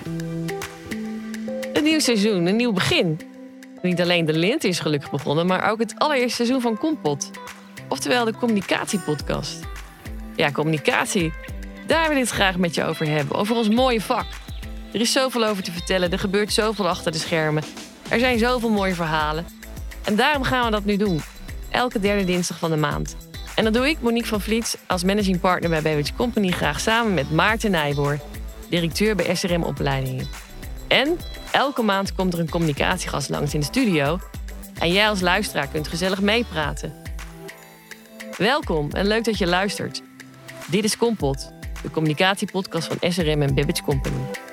Een nieuw seizoen, een nieuw begin. Niet alleen de lente is gelukkig begonnen, maar ook het allereerste seizoen van Kompot. Oftewel de communicatiepodcast. Ja, communicatie. Daar wil ik het graag met je over hebben. Over ons mooie vak. Er is zoveel over te vertellen. Er gebeurt zoveel achter de schermen. Er zijn zoveel mooie verhalen. En daarom gaan we dat nu doen. Elke derde dinsdag van de maand. En dat doe ik, Monique van Vliet, als managing partner bij Babbage Company, graag samen met Maarten Nijboer, directeur bij SRM Opleidingen. En elke maand komt er een communicatiegast langs in de studio. En jij als luisteraar kunt gezellig meepraten. Welkom en leuk dat je luistert. Dit is Kompot, de communicatiepodcast van SRM en Babbage Company.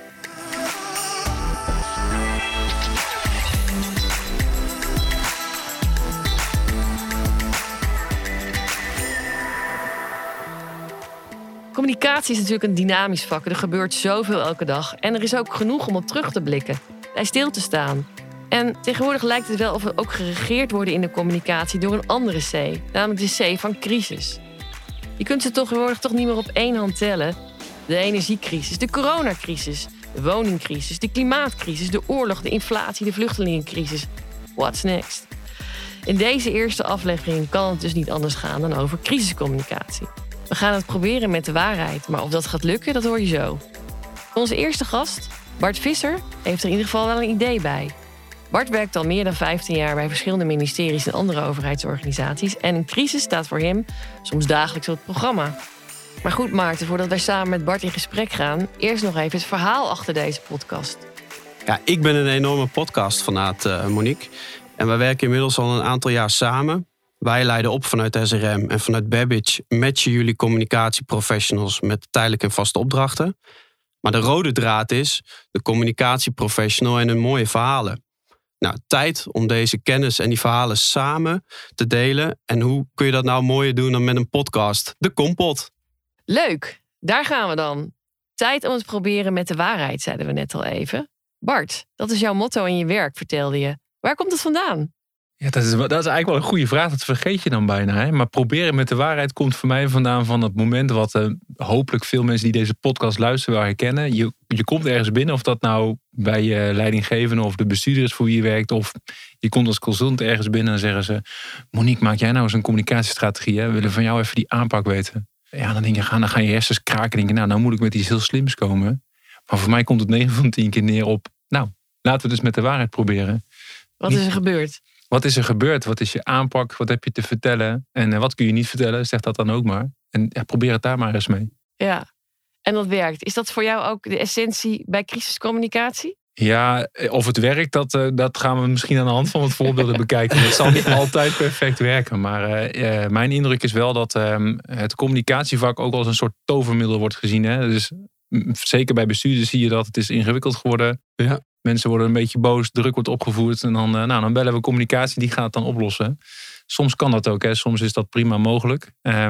Communicatie is natuurlijk een dynamisch vak. Er gebeurt zoveel elke dag. En er is ook genoeg om op terug te blikken. Bij stil te staan. En tegenwoordig lijkt het wel of we ook geregeerd worden in de communicatie door een andere C. Namelijk de C van crisis. Je kunt ze tegenwoordig toch niet meer op één hand tellen. De energiecrisis, de coronacrisis, de woningcrisis, de klimaatcrisis, de oorlog, de inflatie, de vluchtelingencrisis. What's next? In deze eerste aflevering kan het dus niet anders gaan dan over crisiscommunicatie. We gaan het proberen met de waarheid, maar of dat gaat lukken, dat hoor je zo. Onze eerste gast, Bart Visser, heeft er in ieder geval wel een idee bij. Bart werkt al meer dan 15 jaar bij verschillende ministeries en andere overheidsorganisaties. En een crisis staat voor hem soms dagelijks op het programma. Maar goed, Maarten, voordat wij samen met Bart in gesprek gaan, eerst nog even het verhaal achter deze podcast. Ja, ik ben een enorme podcastfanaat, Monique. En wij werken inmiddels al een aantal jaar samen. Wij leiden op vanuit SRM en vanuit Babbage matchen jullie communicatieprofessionals met tijdelijke en vaste opdrachten. Maar de rode draad is de communicatieprofessional en hun mooie verhalen. Nou, tijd om deze kennis en die verhalen samen te delen. En hoe kun je dat nou mooier doen dan met een podcast? De Kompot. Leuk, daar gaan we dan. Tijd om het proberen met de waarheid, zeiden we net al even. Bart, dat is jouw motto in je werk, vertelde je. Waar komt het vandaan? Ja, dat is eigenlijk wel een goede vraag. Dat vergeet je dan bijna. Hè? Maar proberen met de waarheid komt voor mij vandaan van het moment wat hopelijk veel mensen die deze podcast luisteren wel herkennen. Je komt ergens binnen, of dat nou bij je leidinggevende of de bestuurder is voor wie je werkt. Of je komt als consultant ergens binnen en zeggen ze: Monique, maak jij nou eens een communicatiestrategie? Hè? We willen van jou even die aanpak weten. Ja, dan denk je, dan gaan je hersens kraken en denk je, nou moet ik met iets heel slims komen. Maar voor mij komt het 9 van 10 keer neer op, nou, laten we dus met de waarheid proberen. Wat is er gebeurd? Wat is er gebeurd? Wat is je aanpak? Wat heb je te vertellen? En wat kun je niet vertellen? Zeg dat dan ook maar. En probeer het daar maar eens mee. Ja, en dat werkt. Is dat voor jou ook de essentie bij crisiscommunicatie? Ja, of het werkt, dat gaan we misschien aan de hand van wat voorbeelden bekijken. Het zal niet altijd perfect werken. Maar mijn indruk is wel dat het communicatievak ook als een soort tovermiddel wordt gezien. Hè? Dus zeker bij bestuurders zie je dat het is ingewikkeld geworden. Ja. Mensen worden een beetje boos, druk wordt opgevoerd. En dan bellen we communicatie, die gaat het dan oplossen. Soms kan dat ook, hè. Soms is dat prima mogelijk.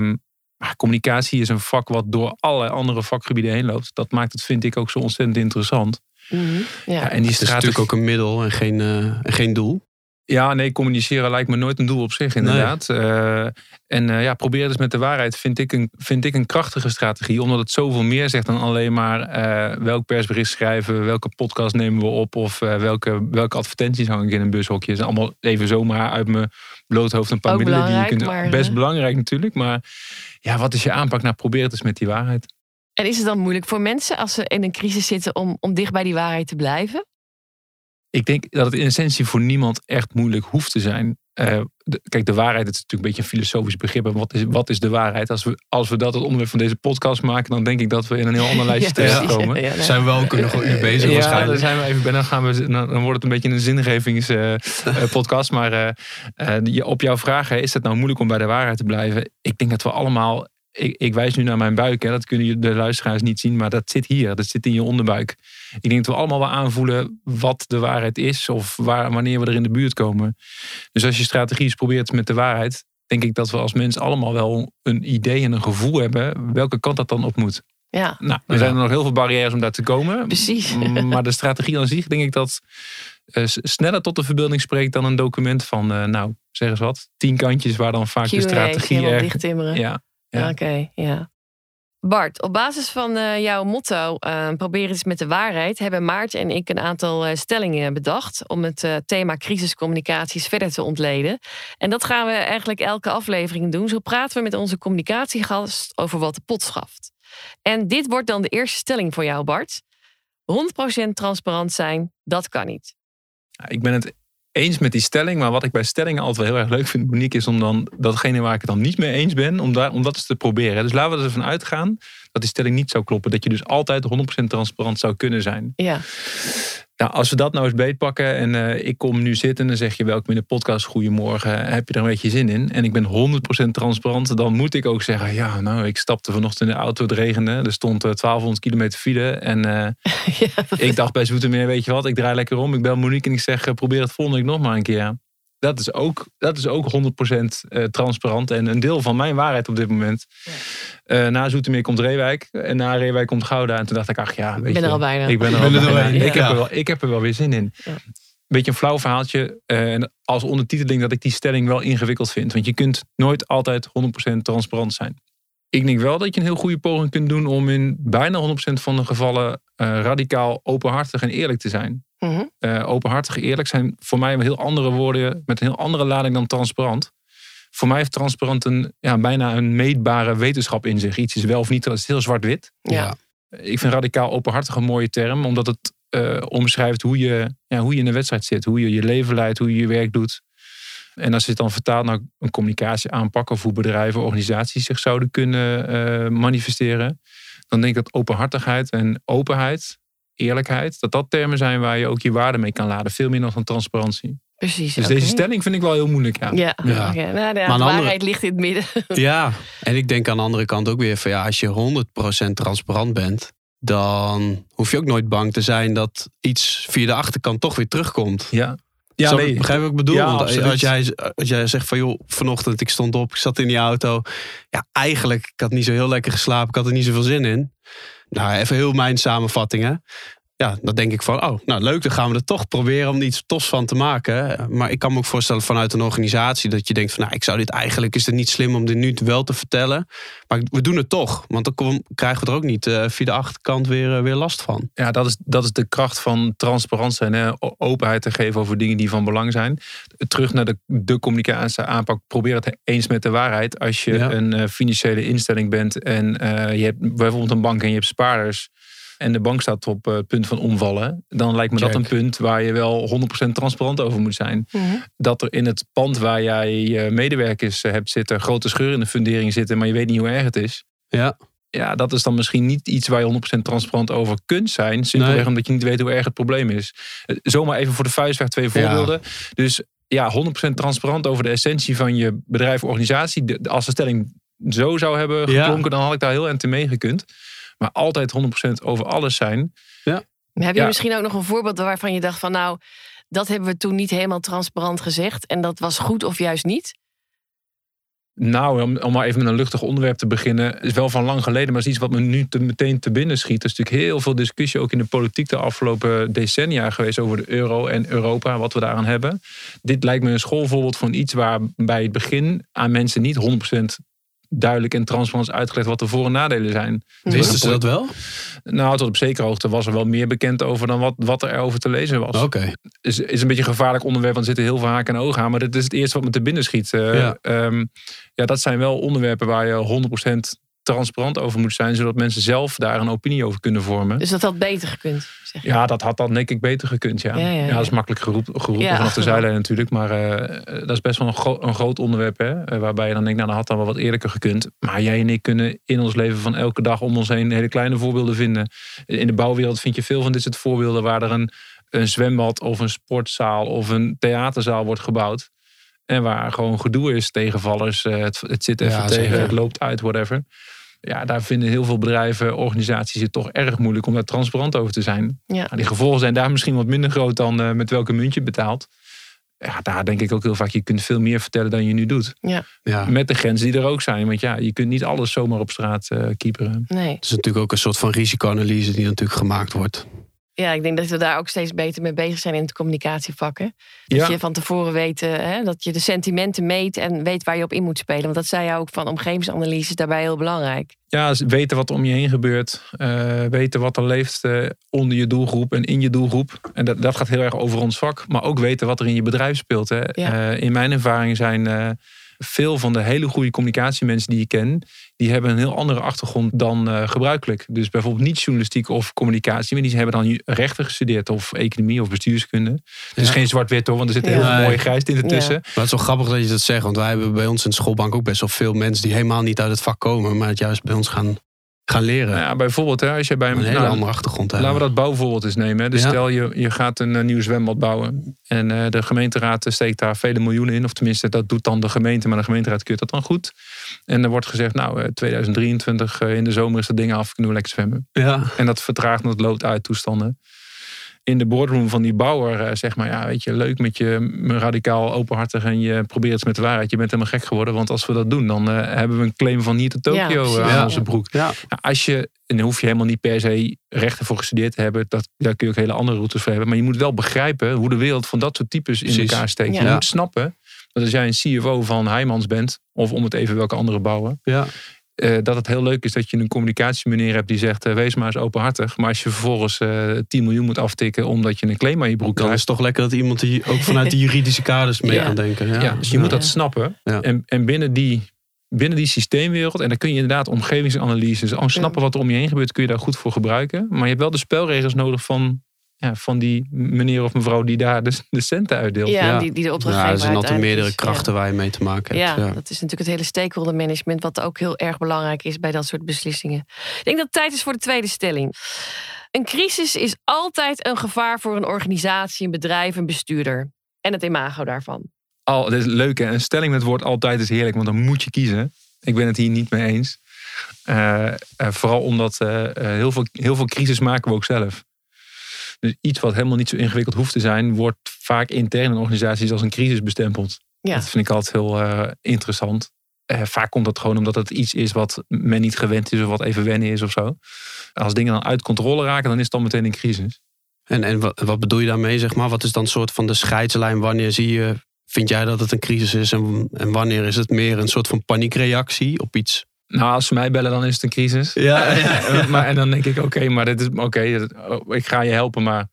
Maar communicatie is een vak wat door allerlei andere vakgebieden heen loopt. Dat maakt het, vind ik, ook zo ontzettend interessant. Mm-hmm. Ja. En die het is natuurlijk ook een middel en geen doel. Ja, nee, communiceren lijkt me nooit een doel op zich, inderdaad. Nee. Probeer dus met de waarheid vind ik een krachtige strategie. Omdat het zoveel meer zegt dan alleen maar welk persbericht schrijven, welke podcast nemen we op of welke advertenties hang ik in een bushokje. Dat is allemaal even zomaar uit mijn bloot hoofd een paar ook middelen die je kunt. Maar, best belangrijk natuurlijk, maar ja, wat is je aanpak? Nou, probeer het eens met die waarheid. En is het dan moeilijk voor mensen als ze in een crisis zitten om dicht bij die waarheid te blijven? Ik denk dat het in essentie voor niemand echt moeilijk hoeft te zijn. Kijk, de waarheid, het is natuurlijk een beetje een filosofisch begrip. Wat is de waarheid? Als we dat het onderwerp van deze podcast maken, dan denk ik dat we in een heel ander lijstje terechtkomen. Ja. Zijn we wel nog een uur bezig waarschijnlijk. Daar zijn we even bij. Dan wordt het een beetje een zingevingspodcast. Maar op jouw vraag, is het nou moeilijk om bij de waarheid te blijven? Ik denk dat we allemaal... Ik wijs nu naar mijn buik, hè. Dat kunnen de luisteraars niet zien, maar dat zit hier. Dat zit in je onderbuik. Ik denk dat we allemaal wel aanvoelen wat de waarheid is of wanneer we er in de buurt komen. Dus als je strategie probeert met de waarheid, denk ik dat we als mens allemaal wel een idee en een gevoel hebben welke kant dat dan op moet. Ja. Nou, er zijn er nog heel veel barrières om daar te komen. Precies. Maar de strategie aan zich, denk ik dat sneller tot de verbeelding spreekt dan een document van, zeg eens wat, 10 kantjes waar dan vaak Q&A, de strategie helemaal dichttimmeren. Ja. Oké, ja. Bart, op basis van jouw motto probeer het eens met de waarheid, hebben Maarten en ik een aantal stellingen bedacht om het thema crisiscommunicaties verder te ontleden. En dat gaan we eigenlijk elke aflevering doen. Zo praten we met onze communicatiegast over wat de pot schaft. En dit wordt dan de eerste stelling voor jou, Bart. 100% transparant zijn, dat kan niet. Ik ben het eens met die stelling, maar wat ik bij stellingen altijd wel heel erg leuk vind, Monique, is om dan datgene waar ik het dan niet mee eens ben, om dat eens te proberen. Dus laten we ervan uitgaan dat die stelling niet zou kloppen. Dat je dus altijd 100% transparant zou kunnen zijn. Ja. Nou, als we dat nou eens beetpakken en ik kom nu zitten en dan zeg je welkom in de podcast, goedemorgen, heb je er een beetje zin in? En ik ben 100% transparant, dan moet ik ook zeggen, ja, nou, ik stapte vanochtend in de auto, het regende, er stond 1200 kilometer file en ik dacht bij Zoetermeer, weet je wat, ik draai lekker om, ik bel Monique en ik zeg, probeer het volgende week nog maar een keer. Dat is ook 100% transparant en een deel van mijn waarheid op dit moment. Ja. Na Zoetermeer komt Reewijk en na Reewijk komt Gouda. En toen dacht ik, ach ja, weet je, er al bijna. Ik ben er al bijna. Ik heb er wel weer zin in. Ja. Beetje een flauw verhaaltje. En als ondertiteling dat ik die stelling wel ingewikkeld vind. Want je kunt nooit altijd 100% transparant zijn. Ik denk wel dat je een heel goede poging kunt doen om in bijna 100% van de gevallen radicaal openhartig en eerlijk te zijn. Mm-hmm. Openhartig en eerlijk zijn voor mij heel andere woorden met een heel andere lading dan transparant. Voor mij heeft transparant bijna een meetbare wetenschap in zich. Iets is wel of niet, dat is heel zwart-wit. Ja. Ik vind radicaal openhartig een mooie term, omdat het omschrijft hoe je in de wedstrijd zit. Hoe je je leven leidt, hoe je je werk doet. En als je het dan vertaalt naar een communicatie aanpakken of hoe bedrijven, organisaties zich zouden kunnen manifesteren, dan denk ik dat openhartigheid en openheid, eerlijkheid, dat termen zijn waar je ook je waarde mee kan laden. Veel meer nog dan transparantie. Precies. Dus deze stelling vind ik wel heel moeilijk. Ja. Okay. Nou, de waarheid ligt in het midden. Ja, en ik denk aan de andere kant ook weer van als je 100% transparant bent, dan hoef je ook nooit bang te zijn dat iets via de achterkant toch weer terugkomt. Ja. Ja, begrijp je wat ik bedoel? Ja, want als jij zegt van joh, vanochtend ik stond op, ik zat in die auto. Ja, eigenlijk, ik had niet zo heel lekker geslapen, ik had er niet zoveel zin in. Nou, even heel mijn samenvattingen. Ja, dan denk ik van, leuk, dan gaan we er toch proberen om er iets tofs van te maken. Maar ik kan me ook voorstellen vanuit een organisatie dat je denkt van, ik zou dit eigenlijk, is het niet slim om dit nu wel te vertellen. Maar we doen het toch, want dan krijgen we er ook niet via de achterkant weer last van. Ja, dat is de kracht van transparant zijn. Hè? Openheid te geven over dingen die van belang zijn. Terug naar de communicatie aanpak. Probeer het eens met de waarheid. Als je een financiële instelling bent en je hebt bijvoorbeeld een bank en je hebt spaarders, en de bank staat op het punt van omvallen, dan lijkt me dat een punt waar je wel 100% transparant over moet zijn. Mm-hmm. Dat er in het pand waar jij je medewerkers hebt zitten, grote scheuren in de fundering zitten, maar je weet niet hoe erg het is. Ja, dat is dan misschien niet iets waar je 100% transparant over kunt zijn. Simpelweg omdat je niet weet hoe erg het probleem is. Zomaar even voor de vuistweg 2 voorbeelden. Dus 100% transparant over de essentie van je bedrijf of organisatie. Als de stelling zo zou hebben geklonken, dan had ik daar heel erg mee gekund. Maar altijd 100% over alles zijn. Ja. Heb je misschien ook nog een voorbeeld waarvan je dacht van dat hebben we toen niet helemaal transparant gezegd en dat was goed of juist niet? Nou, om maar even met een luchtig onderwerp te beginnen, is wel van lang geleden, maar is iets wat me nu meteen te binnen schiet. Er is natuurlijk heel veel discussie ook in de politiek de afgelopen decennia geweest over de euro en Europa, wat we daaraan hebben. Dit lijkt me een schoolvoorbeeld van iets waar bij het begin aan mensen niet 100% duidelijk en transparant is uitgelegd wat de voor- en nadelen zijn. Wisten ze dat wel? Nou, tot op zekere hoogte was er wel meer bekend over dan wat er over te lezen was. Oké. Is een beetje een gevaarlijk onderwerp, want er zitten heel veel haken en ogen aan. Maar dat is het eerste wat me te binnen schiet. Dat zijn wel onderwerpen waar je 100% transparant over moet zijn, zodat mensen zelf daar een opinie over kunnen vormen. Dus dat had beter gekund, zeg je? Ja, dat had dan denk ik beter gekund, ja. Dat is makkelijk geroepen vanaf de zijlijn natuurlijk. Maar dat is best wel een groot onderwerp, hè, waarbij je dan denkt, dat had dan wel wat eerlijker gekund. Maar jij en ik kunnen in ons leven van elke dag om ons heen hele kleine voorbeelden vinden. In de bouwwereld vind je veel van dit soort voorbeelden waar er een zwembad of een sportzaal of een theaterzaal wordt gebouwd. En waar gewoon gedoe is, tegenvallers, het zit even tegen, het loopt uit, whatever. Ja, daar vinden heel veel bedrijven, organisaties het toch erg moeilijk om daar transparant over te zijn. Ja. Nou, die gevolgen zijn daar misschien wat minder groot dan met welke munt je betaalt. Ja, daar denk ik ook heel vaak, je kunt veel meer vertellen dan je nu doet. Ja. Met de grenzen die er ook zijn. Want je kunt niet alles zomaar op straat kieperen. Nee. Het is natuurlijk ook een soort van risicoanalyse die natuurlijk gemaakt wordt. Ja, ik denk dat we daar ook steeds beter mee bezig zijn in het communicatievak. Hè? Dat je van tevoren weet, dat je de sentimenten meet en weet waar je op in moet spelen. Want dat zei je ook van omgevingsanalyse is daarbij heel belangrijk. Ja, weten wat er om je heen gebeurt. Weten wat er leeft onder je doelgroep en in je doelgroep. En dat gaat heel erg over ons vak. Maar ook weten wat er in je bedrijf speelt. Hè. Ja. In mijn ervaring zijn veel van de hele goede communicatiemensen die je kent, die hebben een heel andere achtergrond dan gebruikelijk. Dus bijvoorbeeld niet journalistiek of communicatie, maar die hebben dan rechten gestudeerd of economie of bestuurskunde. Het is geen zwart-wit hoor, want er zitten heel veel mooie grijstinten tussen. Maar het is wel grappig dat je dat zegt, want wij hebben bij ons in de schoolbank ook best wel veel mensen die helemaal niet uit het vak komen, maar het juist bij ons gaan leren. Ja, bijvoorbeeld, als je bij een hele andere achtergrond hebt. Laten we dat bouwvoorbeeld eens nemen. Dus stel je gaat een nieuw zwembad bouwen en de gemeenteraad steekt daar vele miljoenen in, of tenminste dat doet dan de gemeente, maar de gemeenteraad keurt dat dan goed. En er wordt gezegd, 2023 in de zomer is dat ding af, kunnen we lekker zwemmen. Ja. En dat vertraagt en dat loopt uit toestanden. In de boardroom van die bouwer zeg maar, weet je, leuk met je radicaal openhartig en je probeert het met de waarheid. Je bent helemaal gek geworden, want als we dat doen, dan hebben we een claim van hier tot Tokio aan onze broek. Ja. Nou, en dan hoef je helemaal niet per se rechten voor gestudeerd te hebben. Daar kun je ook hele andere routes voor hebben. Maar je moet wel begrijpen hoe de wereld van dat soort types in elkaar steekt. Ja. Je moet snappen dat als jij een CFO van Heijmans bent, of om het even welke andere bouwen, dat het heel leuk is dat je een communicatiemeneer hebt die zegt, wees maar eens openhartig. Maar als je vervolgens 10 miljoen moet aftikken omdat je een claim aan je broek krijgt, dan is het toch lekker dat iemand die ook vanuit de juridische kaders mee kan denken. Ja. Dus je moet dat snappen. Ja. En binnen die systeemwereld, en dan kun je inderdaad omgevingsanalyses, snappen wat er om je heen gebeurt, kun je daar goed voor gebruiken. Maar je hebt wel de spelregels nodig van die meneer of mevrouw die daar de centen uitdeelt. Ja, die de opdracht geven. Er zijn altijd meerdere krachten waar je mee te maken hebt. Ja, dat is natuurlijk het hele stakeholder management, wat ook heel erg belangrijk is bij dat soort beslissingen. Ik denk dat het tijd is voor de tweede stelling. Een crisis is altijd een gevaar voor een organisatie, een bedrijf, een bestuurder. En het imago daarvan. Dat is leuk, hè? Een stelling met het woord altijd is heerlijk, want dan moet je kiezen. Ik ben het hier niet mee eens. Vooral omdat heel veel crisis maken we ook zelf. Dus iets wat helemaal niet zo ingewikkeld hoeft te zijn, wordt vaak intern in organisaties als een crisis bestempeld. Ja. Dat vind ik altijd heel interessant. Vaak komt dat gewoon omdat het iets is wat men niet gewend is of wat even wennen is of zo. Als dingen dan uit controle raken, dan is het dan meteen een crisis. En wat bedoel je daarmee, zeg maar? Wat is dan soort van de scheidslijn? Wanneer vind jij dat het een crisis is en wanneer is het meer een soort van paniekreactie op iets? Nou, als ze mij bellen, dan is het een crisis. Ja. En dan denk ik, ik ga je helpen, maar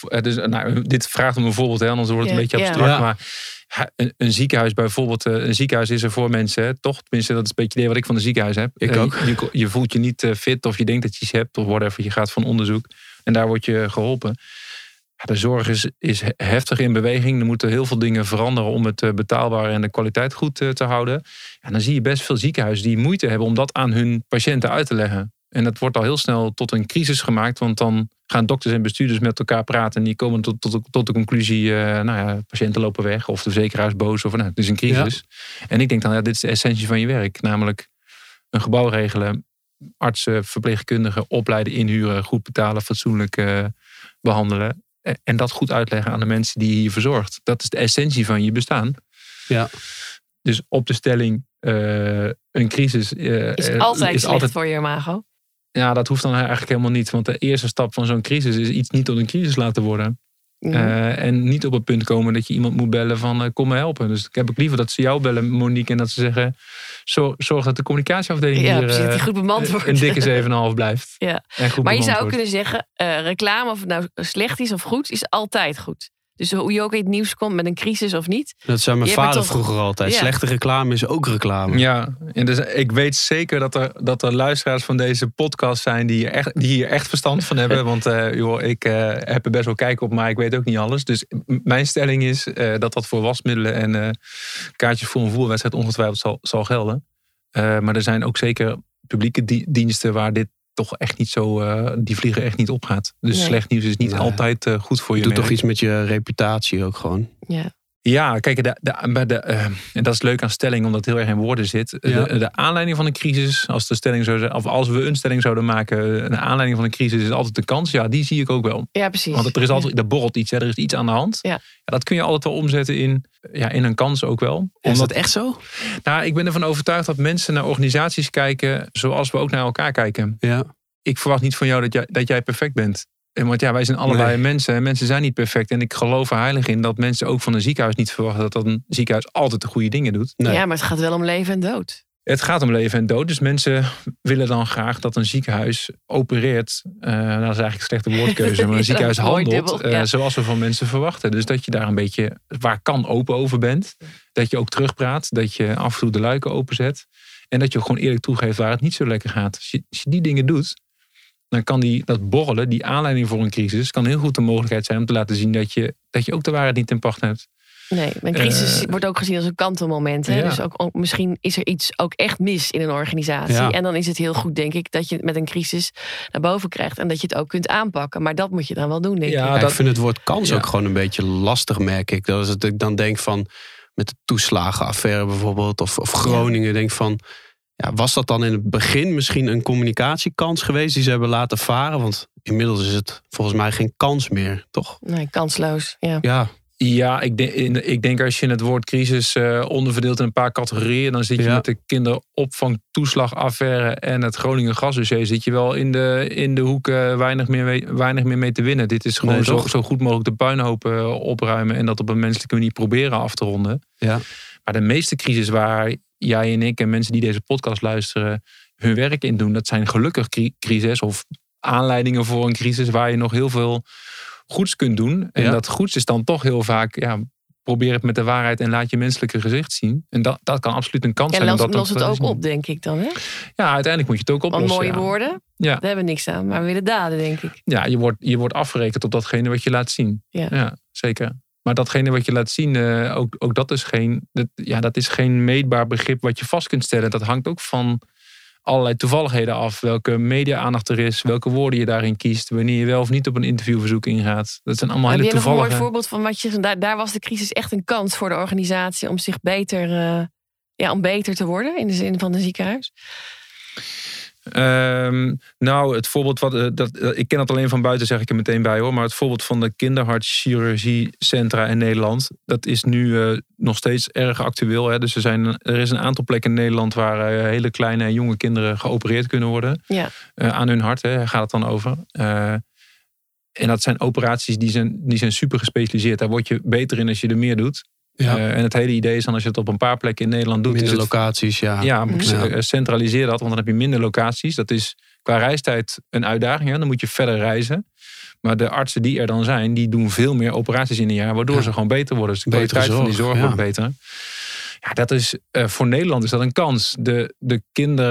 dit vraagt om een voorbeeld, hè, anders wordt het een beetje abstract. Ja. Maar een ziekenhuis bijvoorbeeld, een ziekenhuis is er voor mensen, hè, toch? Tenminste, dat is een beetje het idee wat ik van een ziekenhuis heb. Ik ook. Je voelt je niet fit of je denkt dat je iets hebt of whatever. Je gaat van onderzoek en daar word je geholpen. De zorg is heftig in beweging. Er moeten heel veel dingen veranderen om het betaalbaar en de kwaliteit goed te houden. En dan zie je best veel ziekenhuizen die moeite hebben om dat aan hun patiënten uit te leggen. En dat wordt al heel snel tot een crisis gemaakt. Want dan gaan dokters en bestuurders met elkaar praten. En die komen tot de conclusie, patiënten lopen weg. Of de verzekeraar is boos. Of het is een crisis. Ja. En ik denk dan, dit is de essentie van je werk. Namelijk een gebouw regelen. Artsen, verpleegkundigen opleiden, inhuren. Goed betalen, fatsoenlijk behandelen. En dat goed uitleggen aan de mensen die je hier verzorgt. Dat is de essentie van je bestaan. Ja. Dus op de stelling, een crisis is altijd slecht voor je imago. Ja, dat hoeft dan eigenlijk helemaal niet. Want de eerste stap van zo'n crisis is iets niet tot een crisis laten worden. En niet op het punt komen dat je iemand moet bellen van kom me helpen. Dus ik heb ook liever dat ze jou bellen, Monique, en dat ze zeggen, zorg dat de communicatieafdeling hier die goed bemand wordt. Een dikke 7,5 blijft. Ja. Maar je zou ook kunnen zeggen, reclame, of het nou slecht is of goed, is altijd goed. Dus hoe je ook in het nieuws komt met een crisis of niet. Dat zei mijn vader vroeger altijd. Ja. Slechte reclame is ook reclame. Ja, en dus ik weet zeker dat er luisteraars van deze podcast zijn die hier echt verstand van hebben. Want ik heb er best wel kijk op, maar ik weet ook niet alles. Dus mijn stelling is dat voor wasmiddelen en kaartjes voor een voetbalwedstrijd ongetwijfeld zal gelden. Maar er zijn ook zeker publieke diensten waar dit toch echt niet zo, die vliegen echt niet opgaat. Dus slecht nieuws is niet altijd goed voor je. Doet toch iets met je reputatie ook gewoon. Ja, kijk, en dat is leuk aan stelling, omdat het heel erg in woorden zit. De aanleiding van een crisis, als we een stelling zouden maken, de aanleiding van een crisis is altijd de kans. Ja, die zie ik ook wel. Ja, precies. Want er borrelt iets, er is iets aan de hand. Ja. Dat kun je altijd wel omzetten in een kans ook wel. Is dat echt zo? Nou, ik ben ervan overtuigd dat mensen naar organisaties kijken zoals we ook naar elkaar kijken. Ja. Ik verwacht niet van jou dat jij perfect bent. Want wij zijn allebei mensen. En mensen zijn niet perfect. En ik geloof er heilig in dat mensen ook van een ziekenhuis niet verwachten dat een ziekenhuis altijd de goede dingen doet. Nee. Ja, maar het gaat wel om leven en dood. Het gaat om leven en dood. Dus mensen willen dan graag dat een ziekenhuis opereert. Dat is eigenlijk een slechte woordkeuze. Maar een ziekenhuis handelt zoals we van mensen verwachten. Dus dat je daar een beetje, waar kan, open over bent. Dat je ook terugpraat. Dat je af en toe de luiken openzet. En dat je ook gewoon eerlijk toegeeft waar het niet zo lekker gaat. Als je die dingen doet, dan kan dat borrelen, die aanleiding voor een crisis, kan heel goed de mogelijkheid zijn om te laten zien dat je ook de waarheid niet in pacht hebt. Nee, een crisis wordt ook gezien als een kantelmoment. Hè? Ja. Dus ook, misschien is er iets ook echt mis in een organisatie. Ja. En dan is het heel goed, denk ik, dat je het met een crisis naar boven krijgt. En dat je het ook kunt aanpakken. Maar dat moet je dan wel doen, denk ik. Ja, ik vind het woord kans ook gewoon een beetje lastig, merk ik. Dat is het, ik dan denk van, met de toeslagenaffaire bijvoorbeeld, of Groningen, denk van, was dat dan in het begin misschien een communicatiekans geweest die ze hebben laten varen? Want inmiddels is het volgens mij geen kans meer, toch? Nee, kansloos, Ja, ik denk als je het woord crisis onderverdeelt in een paar categorieën, dan zit je met de kinderopvangtoeslagaffaire en het Groningen gasdossier, zit je wel in de hoek weinig meer mee te winnen. Dit is gewoon zo goed mogelijk de puinhopen opruimen en dat op een menselijke manier proberen af te ronden. Ja. Maar de meeste crisis waar jij en ik en mensen die deze podcast luisteren hun werk in doen, dat zijn gelukkig crisis of aanleidingen voor een crisis waar je nog heel veel goeds kunt doen. En dat goeds is dan toch heel vaak, probeer het met de waarheid en laat je menselijke gezicht zien. En dat kan absoluut een kans zijn. En los het ook op, denk ik dan, hè? Ja, uiteindelijk moet je het ook oplossen. Want mooie woorden, daar hebben we niks aan. Maar we willen daden, denk ik. Ja, je wordt afgerekend op datgene wat je laat zien. Ja, zeker. Maar datgene wat je laat zien, ook dat is geen meetbaar begrip wat je vast kunt stellen. Dat hangt ook van allerlei toevalligheden af. Welke media-aandacht er is, welke woorden je daarin kiest, wanneer je wel of niet op een interviewverzoek ingaat. Dat zijn allemaal hele toevallige. Heb je nog een mooi voorbeeld van wat je, daar was de crisis echt een kans voor de organisatie om zich beter te worden in de zin van een ziekenhuis? Het voorbeeld, ik ken het alleen van buiten, zeg ik er meteen bij hoor. Maar het voorbeeld van de kinderhartchirurgiecentra in Nederland, dat is nu nog steeds erg actueel. Hè? Dus er is een aantal plekken in Nederland waar hele kleine en jonge kinderen geopereerd kunnen worden. Ja. Aan hun hart, gaat het dan over. En dat zijn operaties die zijn super gespecialiseerd. Daar word je beter in als je er meer doet. Ja. En het hele idee is dan als je het op een paar plekken in Nederland doet. Minder locaties, centraliseer dat, want dan heb je minder locaties. Dat is qua reistijd een uitdaging. Hè? Dan moet je verder reizen. Maar de artsen die er dan zijn, die doen veel meer operaties in een jaar, waardoor ze gewoon beter worden. Dus de kwaliteit van die zorg wordt beter. Ja, dat is, voor Nederland is dat een kans. De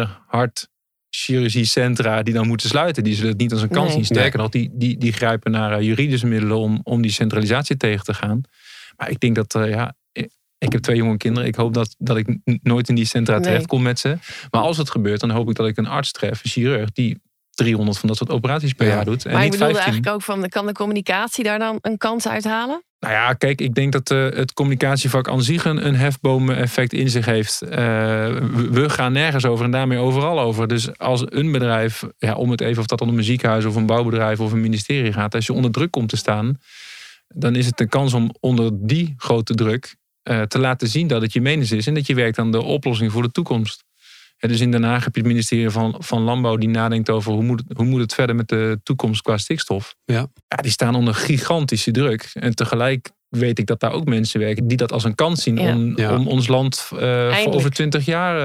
kinderhartchirurgiecentra die dan moeten sluiten, die zullen het niet als een kans zien. Sterker nog, die grijpen naar juridische middelen om die centralisatie tegen te gaan. Maar ik denk dat, ik heb 2 jonge kinderen. Ik hoop dat ik nooit in die centra terecht kom met ze. Maar als het gebeurt, dan hoop ik dat ik een arts tref, een chirurg, die 300 van dat soort operaties per jaar doet. En maar niet ik bedoelde 15. eigenlijk ook van, kan de communicatie daar dan een kans uithalen? Nou ja, kijk, ik denk dat het communicatievak aan zich een hefboom-effect in zich heeft. We gaan nergens over en daarmee overal over. Dus als een bedrijf, om het even of dat dan om een ziekenhuis of een bouwbedrijf of een ministerie gaat, als je onder druk komt te staan, dan is het een kans om onder die grote druk te laten zien dat het je menens is en dat je werkt aan de oplossing voor de toekomst. Dus in Den Haag heb je het ministerie van Landbouw die nadenkt over hoe moet het verder met de toekomst qua stikstof. Ja, die staan onder gigantische druk. En tegelijk weet ik dat daar ook mensen werken die dat als een kans zien om ons land voor over 20 jaar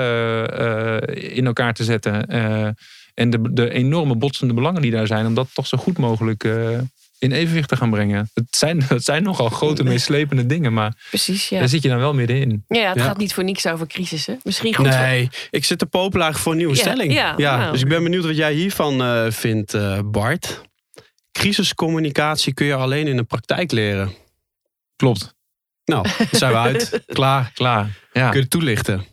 in elkaar te zetten. En de enorme botsende belangen die daar zijn, om dat toch zo goed mogelijk in evenwicht te gaan brengen. Het zijn nogal grote, meeslepende dingen, maar precies, daar zit je dan wel middenin. Ja, het gaat niet voor niks over crisissen. Misschien goed. Nee, ik zit te populaar voor een nieuwe stelling. Ja. Dus ik ben benieuwd wat jij hiervan vindt, Bart. Crisiscommunicatie kun je alleen in de praktijk leren. Klopt. Nou, zijn we uit. Klaar. Ja. Kun je het toelichten?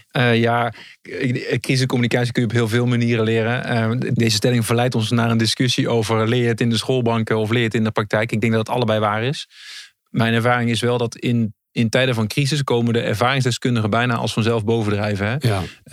Crisiscommunicatie kun je op heel veel manieren leren. Deze stelling verleidt ons naar een discussie over leer je het in de schoolbanken of leer je het in de praktijk. Ik denk dat het allebei waar is. Mijn ervaring is wel dat in tijden van crisis komen de ervaringsdeskundigen bijna als vanzelf bovendrijven. Hè?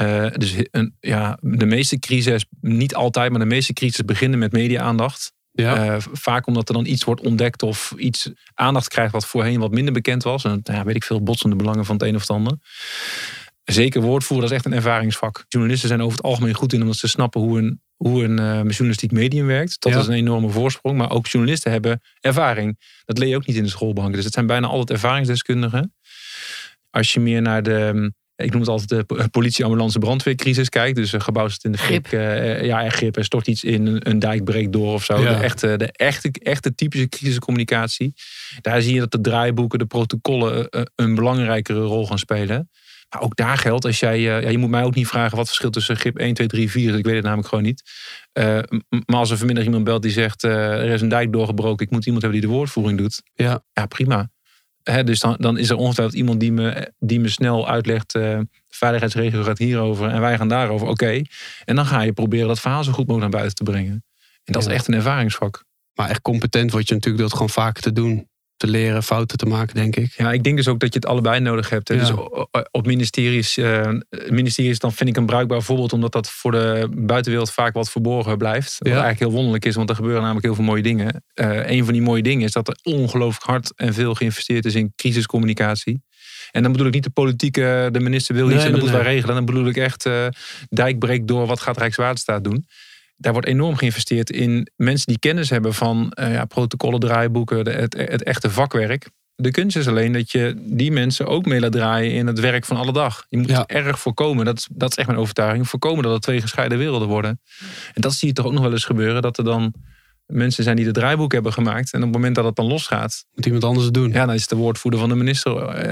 Ja. De meeste crises, niet altijd, maar de meeste crisis beginnen met media-aandacht. Ja. Vaak omdat er dan iets wordt ontdekt of iets aandacht krijgt wat voorheen wat minder bekend was. En weet ik veel, botsende belangen van het een of het ander. Zeker woordvoeren, dat is echt een ervaringsvak. Journalisten zijn over het algemeen goed in omdat ze snappen hoe hoe een journalistiek medium werkt. Dat is een enorme voorsprong. Maar ook journalisten hebben ervaring. Dat leer je ook niet in de schoolbank. Dus het zijn bijna altijd ervaringsdeskundigen. Als je meer naar de... Ik noem het altijd de politie, ambulance, brandweercrisis kijkt. Dus een gebouw zit in de fik. Grip. Er stort iets in, een dijk breekt door of zo. Ja. De echte typische crisiscommunicatie. Daar zie je dat de draaiboeken, de protocollen een belangrijkere rol gaan spelen. Maar ook daar geldt, als jij... je moet mij ook niet vragen wat het verschil tussen grip 1, 2, 3, 4 is. Ik weet het namelijk gewoon niet. Maar als er vanmiddag iemand belt die zegt... er is een dijk doorgebroken, ik moet iemand hebben die de woordvoering doet. Ja prima. Dus dan is er ongetwijfeld iemand die me snel uitlegt... de veiligheidsregio gaat hierover en wij gaan daarover. Oké. En dan ga je proberen dat verhaal zo goed mogelijk naar buiten te brengen. En dat is echt een ervaringsvak. Maar echt competent word je natuurlijk door het gewoon vaker te doen. Te leren, fouten te maken, denk ik. Ja, ik denk dus ook dat je het allebei nodig hebt. Ja. Dus op ministeries dan vind ik een bruikbaar voorbeeld... omdat dat voor de buitenwereld vaak wat verborgen blijft. Wat eigenlijk heel wonderlijk is, want er gebeuren namelijk heel veel mooie dingen. Een van die mooie dingen is dat er ongelooflijk hard en veel geïnvesteerd is in crisiscommunicatie. En dan bedoel ik niet de politieke, de minister wil iets en dat moeten wij regelen. Dan bedoel ik echt, dijk breekt door, wat gaat Rijkswaterstaat doen? Daar wordt enorm geïnvesteerd in mensen die kennis hebben van protocollen, draaiboeken, het echte vakwerk. De kunst is alleen dat je die mensen ook mee laat draaien in het werk van alle dag. Je moet erg voorkomen, dat is echt mijn overtuiging, voorkomen dat er twee gescheiden werelden worden. En dat zie je toch ook nog wel eens gebeuren, dat er dan mensen zijn die de draaiboek hebben gemaakt. En op het moment dat het dan losgaat, moet iemand anders het doen. Ja, dan is de woordvoerder van de minister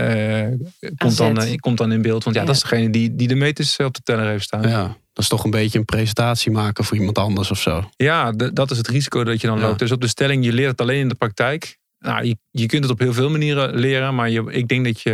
komt dan in beeld. Want dat is degene die de meters op de teller heeft staan. Ja. Dat is toch een beetje een presentatie maken voor iemand anders of zo. Ja, dat is het risico dat je dan loopt. Dus op de stelling, je leert het alleen in de praktijk. Nou, je kunt het op heel veel manieren leren. Maar ik denk dat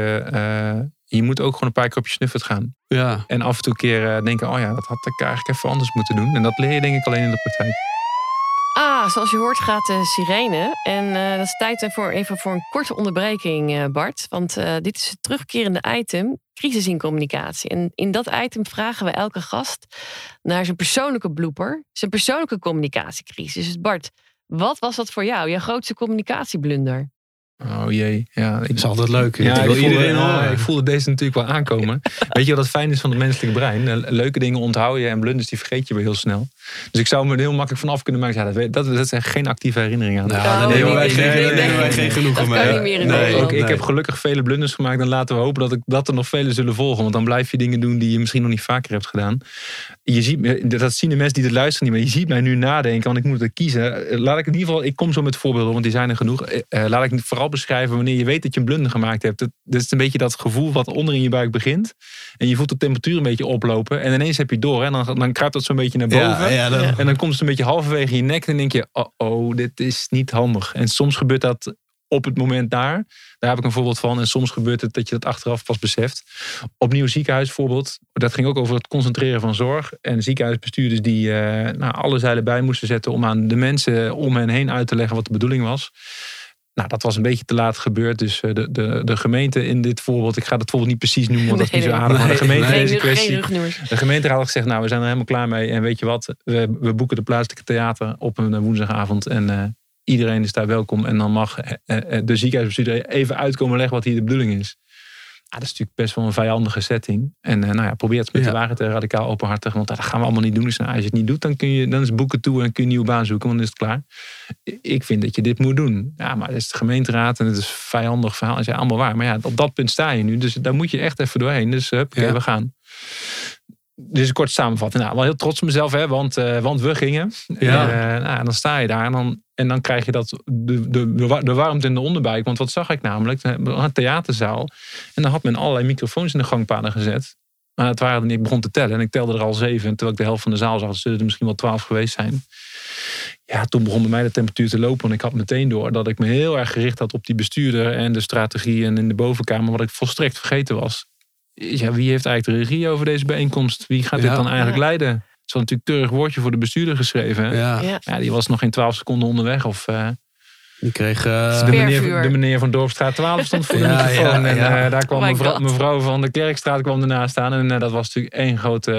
je moet ook gewoon een paar keer op je snuffert gaan. Ja. En af en toe een keer denken, dat had ik eigenlijk even anders moeten doen. En dat leer je denk ik alleen in de praktijk. Zoals je hoort gaat de sirene. En dat is tijd even voor een korte onderbreking, Bart. Want dit is het terugkerende item, crisis in communicatie. En in dat item vragen we elke gast naar zijn persoonlijke blooper. Zijn persoonlijke communicatiecrisis. Dus Bart, wat was dat voor jou? Jouw grootste communicatieblunder? Oh jee, dat is altijd leuk. Ik voelde deze natuurlijk wel aankomen. Weet je wat het fijn is van het menselijke brein? Leuke dingen onthoud je en blunders die vergeet je weer heel snel. Dus ik zou me er heel makkelijk van af kunnen maken. Ja, dat is echt geen actieve herinnering aan. Wij geen genoegen mee. Ik heb gelukkig vele blunders gemaakt en laten we hopen dat er nog vele zullen volgen. Want dan blijf je dingen doen die je misschien nog niet vaker hebt gedaan. Je ziet, dat zien de mensen die het luisteren niet meer. Je ziet mij nu nadenken, want ik moet er kiezen. Laat ik in ieder geval, ik kom zo met voorbeelden, want die zijn er genoeg. Laat ik vooral beschrijven wanneer je weet dat je een blunder gemaakt hebt. Dat is een beetje dat gevoel wat onder in je buik begint. En je voelt de temperatuur een beetje oplopen. En ineens heb je het door. En dan kruipt dat zo'n beetje naar boven. En dan komt het een beetje halverwege je nek. En dan denk je, dit is niet handig. En soms gebeurt dat op het moment daar. Daar heb ik een voorbeeld van. En soms gebeurt het dat je dat achteraf pas beseft. Opnieuw ziekenhuisvoorbeeld. Dat ging ook over het concentreren van zorg. En ziekenhuisbestuurders die alle zeilen bij moesten zetten om aan de mensen om hen heen uit te leggen wat de bedoeling was. Nou, dat was een beetje te laat gebeurd. Dus de gemeente in dit voorbeeld... Ik ga het voorbeeld niet precies noemen, want dat is niet zo aardig. Maar de gemeente deze kwestie. De gemeenteraad had gezegd, we zijn er helemaal klaar mee. En weet je wat, we boeken de plaatselijke theater op een woensdagavond. En iedereen is daar welkom. En dan mag de ziekenhuisbestuurder even uitkomen leggen wat hier de bedoeling is. Dat is natuurlijk best wel een vijandige setting. En probeer het met de waarheid radicaal openhartig. Want dat gaan we allemaal niet doen. Dus als je het niet doet, dan is boeken toe en kun je een nieuwe baan zoeken. Want dan is het klaar. Ik vind dat je dit moet doen. Ja, maar het is de gemeenteraad en het is een vijandig verhaal. Dat is allemaal waar. Maar op dat punt sta je nu. Dus daar moet je echt even doorheen. Dus we gaan. Dus een korte samenvatting. Wel heel trots op mezelf, hè, want we gingen. En dan sta je daar en dan krijg je de warmte in de onderbuik. Want wat zag ik namelijk? Een theaterzaal. En dan had men allerlei microfoons in de gangpaden gezet. Maar het waren er niet. Ik begon te tellen en ik telde er al 7. En terwijl ik de helft van de zaal zag, dus zullen er misschien wel 12 geweest zijn. Ja, toen begon bij mij de temperatuur te lopen. En ik had meteen door dat ik me heel erg gericht had op die bestuurder en de strategie en in de bovenkamer. Wat ik volstrekt vergeten was. Ja, wie heeft eigenlijk de regie over deze bijeenkomst? Wie gaat dit dan eigenlijk leiden? Het is wel natuurlijk een keurig woordje voor de bestuurder geschreven. Hè? Ja, die was nog geen 12 seconden onderweg. Of die kreeg de meneer van Dorpstraat 12 stond voor de microfoon. En daar kwam mevrouw van de Kerkstraat kwam ernaast staan. En dat was natuurlijk één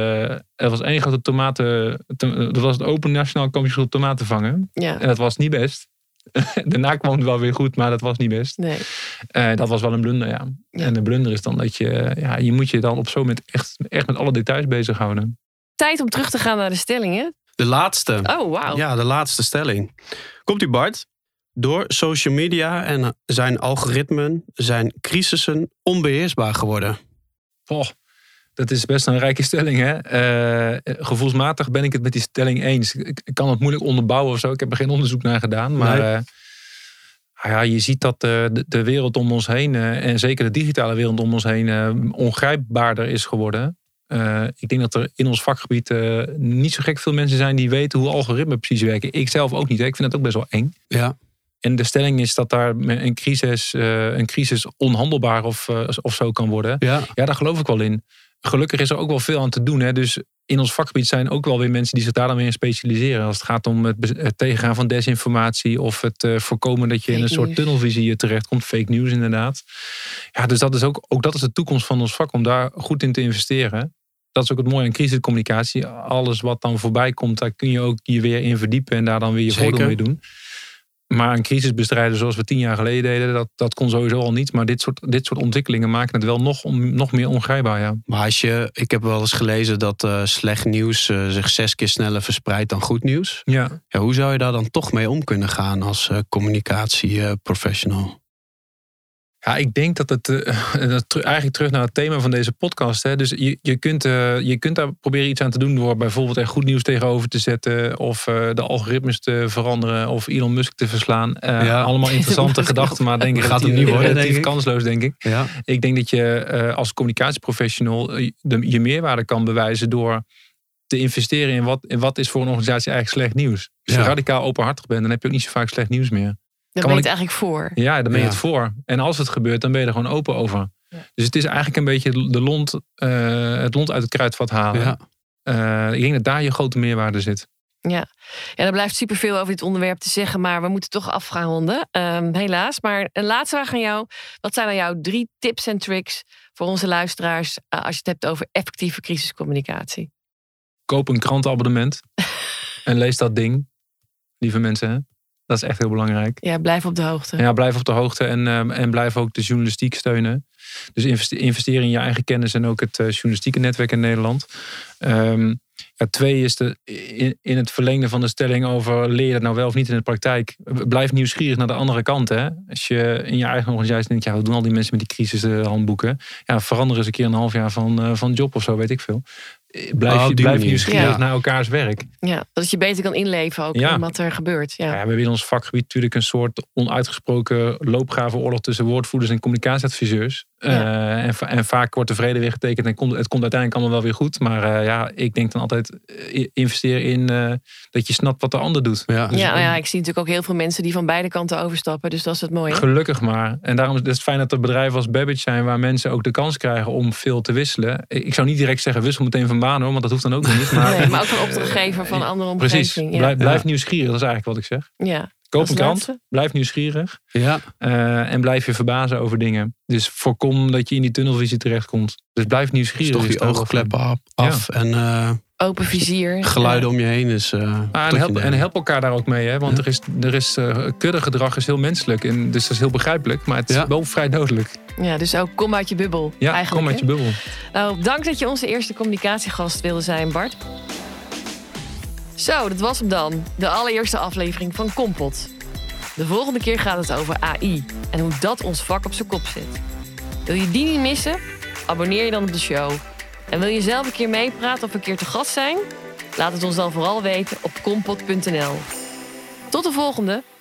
grote tomaten. Dat was het Open Nationaal Kampioenschap tomaten vangen. Ja. En dat was niet best. Daarna kwam het wel weer goed, maar dat was niet best. Nee. Dat was wel een blunder, ja. En de blunder is dan dat je moet je dan op zo'n moment echt met alle details bezighouden. Tijd om terug te gaan naar de stellingen. De laatste. Oh, wauw. Ja, de laatste stelling. Komt-ie, Bart. Door social media en zijn algoritmen zijn crisissen onbeheersbaar geworden. Oh, dat is best een rijke stelling, hè? Gevoelsmatig ben ik het met die stelling eens. Ik kan het moeilijk onderbouwen of zo. Ik heb er geen onderzoek naar gedaan. Maar je ziet dat de wereld om ons heen, en zeker de digitale wereld om ons heen, ongrijpbaarder is geworden. Ik denk dat er in ons vakgebied niet zo gek veel mensen zijn die weten hoe algoritmen precies werken. Ik zelf ook niet. Hè? Ik vind het ook best wel eng. Ja. En de stelling is dat daar een crisis onhandelbaar of zo kan worden. Ja, daar geloof ik wel in. Gelukkig is er ook wel veel aan te doen. Hè? Dus in ons vakgebied zijn ook wel weer mensen die zich daar dan weer in specialiseren. Als het gaat om het tegengaan van desinformatie of het voorkomen dat je in een soort tunnelvisie terechtkomt. Fake news inderdaad. Ja, dus dat is ook dat is de toekomst van ons vak, om daar goed in te investeren. Dat is ook het mooie aan crisiscommunicatie. Alles wat dan voorbij komt, daar kun je ook je weer in verdiepen en daar dan weer je voordeel mee doen. Maar een crisis bestrijden zoals we 10 jaar geleden deden, dat kon sowieso al niet. Maar dit soort ontwikkelingen maken het wel nog meer ongrijpbaar. Ja. Maar ik heb wel eens gelezen dat slecht nieuws zich 6 keer sneller verspreidt dan goed nieuws. Ja. Ja, hoe zou je daar dan toch mee om kunnen gaan als communicatieprofessional? Ja, ik denk dat het eigenlijk terug naar het thema van deze podcast. Hè. Dus je kunt daar proberen iets aan te doen door bijvoorbeeld er goed nieuws tegenover te zetten, of de algoritmes te veranderen, of Elon Musk te verslaan. Allemaal interessante gedachten, maar denk ik gaat het niet worden, relatief kansloos, denk ik. Ja. Ik denk dat je als communicatieprofessional je meerwaarde kan bewijzen door te investeren in wat is voor een organisatie eigenlijk slecht nieuws. Als je radicaal openhartig bent, dan heb je ook niet zo vaak slecht nieuws meer. Daar ben je het eigenlijk voor. Ja, dan ben je het voor. En als het gebeurt, dan ben je er gewoon open over. Ja. Dus het is eigenlijk een beetje het lont uit het kruidvat halen. Ja. Ik denk dat daar je grote meerwaarde zit. Ja, er blijft superveel over dit onderwerp te zeggen, maar we moeten toch af gaan ronden. Helaas. Maar een laatste vraag aan jou. Wat zijn dan jouw 3 tips en tricks voor onze luisteraars als je het hebt over effectieve crisiscommunicatie? Koop een krantenabonnement en lees dat ding, lieve mensen. Hè? Dat is echt heel belangrijk. Ja, blijf op de hoogte. Ja, blijf op de hoogte en blijf ook de journalistiek steunen. Dus investeer in je eigen kennis en ook het journalistieke netwerk in Nederland. 2 is in het verlengde van de stelling over leer je dat nou wel of niet in de praktijk. Blijf nieuwsgierig naar de andere kant. Hè? Als je in je eigen organisatie denkt, wat doen al die mensen met die crisishandboeken? Ja, verander eens een keer een half jaar van job of zo, weet ik veel. Blijf nieuwsgierig naar elkaars werk. Ja, dat je beter kan inleven ook in wat er gebeurt. Ja. We hebben in ons vakgebied natuurlijk een soort onuitgesproken loopgravenoorlog tussen woordvoerders en communicatieadviseurs. En vaak wordt de vrede weer getekend en het komt uiteindelijk allemaal wel weer goed. Maar ik denk dan altijd investeren in dat je snapt wat de ander doet. Ja, dus, ik zie natuurlijk ook heel veel mensen die van beide kanten overstappen. Dus dat is het mooie. Gelukkig maar. En daarom is het fijn dat er bedrijven als Babbage zijn waar mensen ook de kans krijgen om veel te wisselen. Ik zou niet direct zeggen wissel meteen van baan hoor, want dat hoeft dan ook nog niet. Maar ook een opdrachtgever van andere omgeving. Precies. Blijf nieuwsgierig, dat is eigenlijk wat ik zeg. Ja. Koop een krant, blijf nieuwsgierig. Ja. En blijf je verbazen over dingen. Dus voorkom dat je in die tunnelvisie terechtkomt. Dus blijf nieuwsgierig. Dus toch die oogkleppen af en open vizier. Geluiden om je heen. Dus, en help elkaar daar ook mee. Hè? Want er is kuddegedrag is heel menselijk. En dus dat is heel begrijpelijk. Maar het is wel vrij dodelijk. Ja, dus ook kom uit je bubbel. Ja, eigenlijk, kom uit je bubbel. Nou, dank dat je onze eerste communicatiegast wilde zijn, Bart. Zo, dat was hem dan. De allereerste aflevering van Kompot. De volgende keer gaat het over AI en hoe dat ons vak op zijn kop zet. Wil je die niet missen? Abonneer je dan op de show. En wil je zelf een keer meepraten of een keer te gast zijn? Laat het ons dan vooral weten op kompot.nl. Tot de volgende!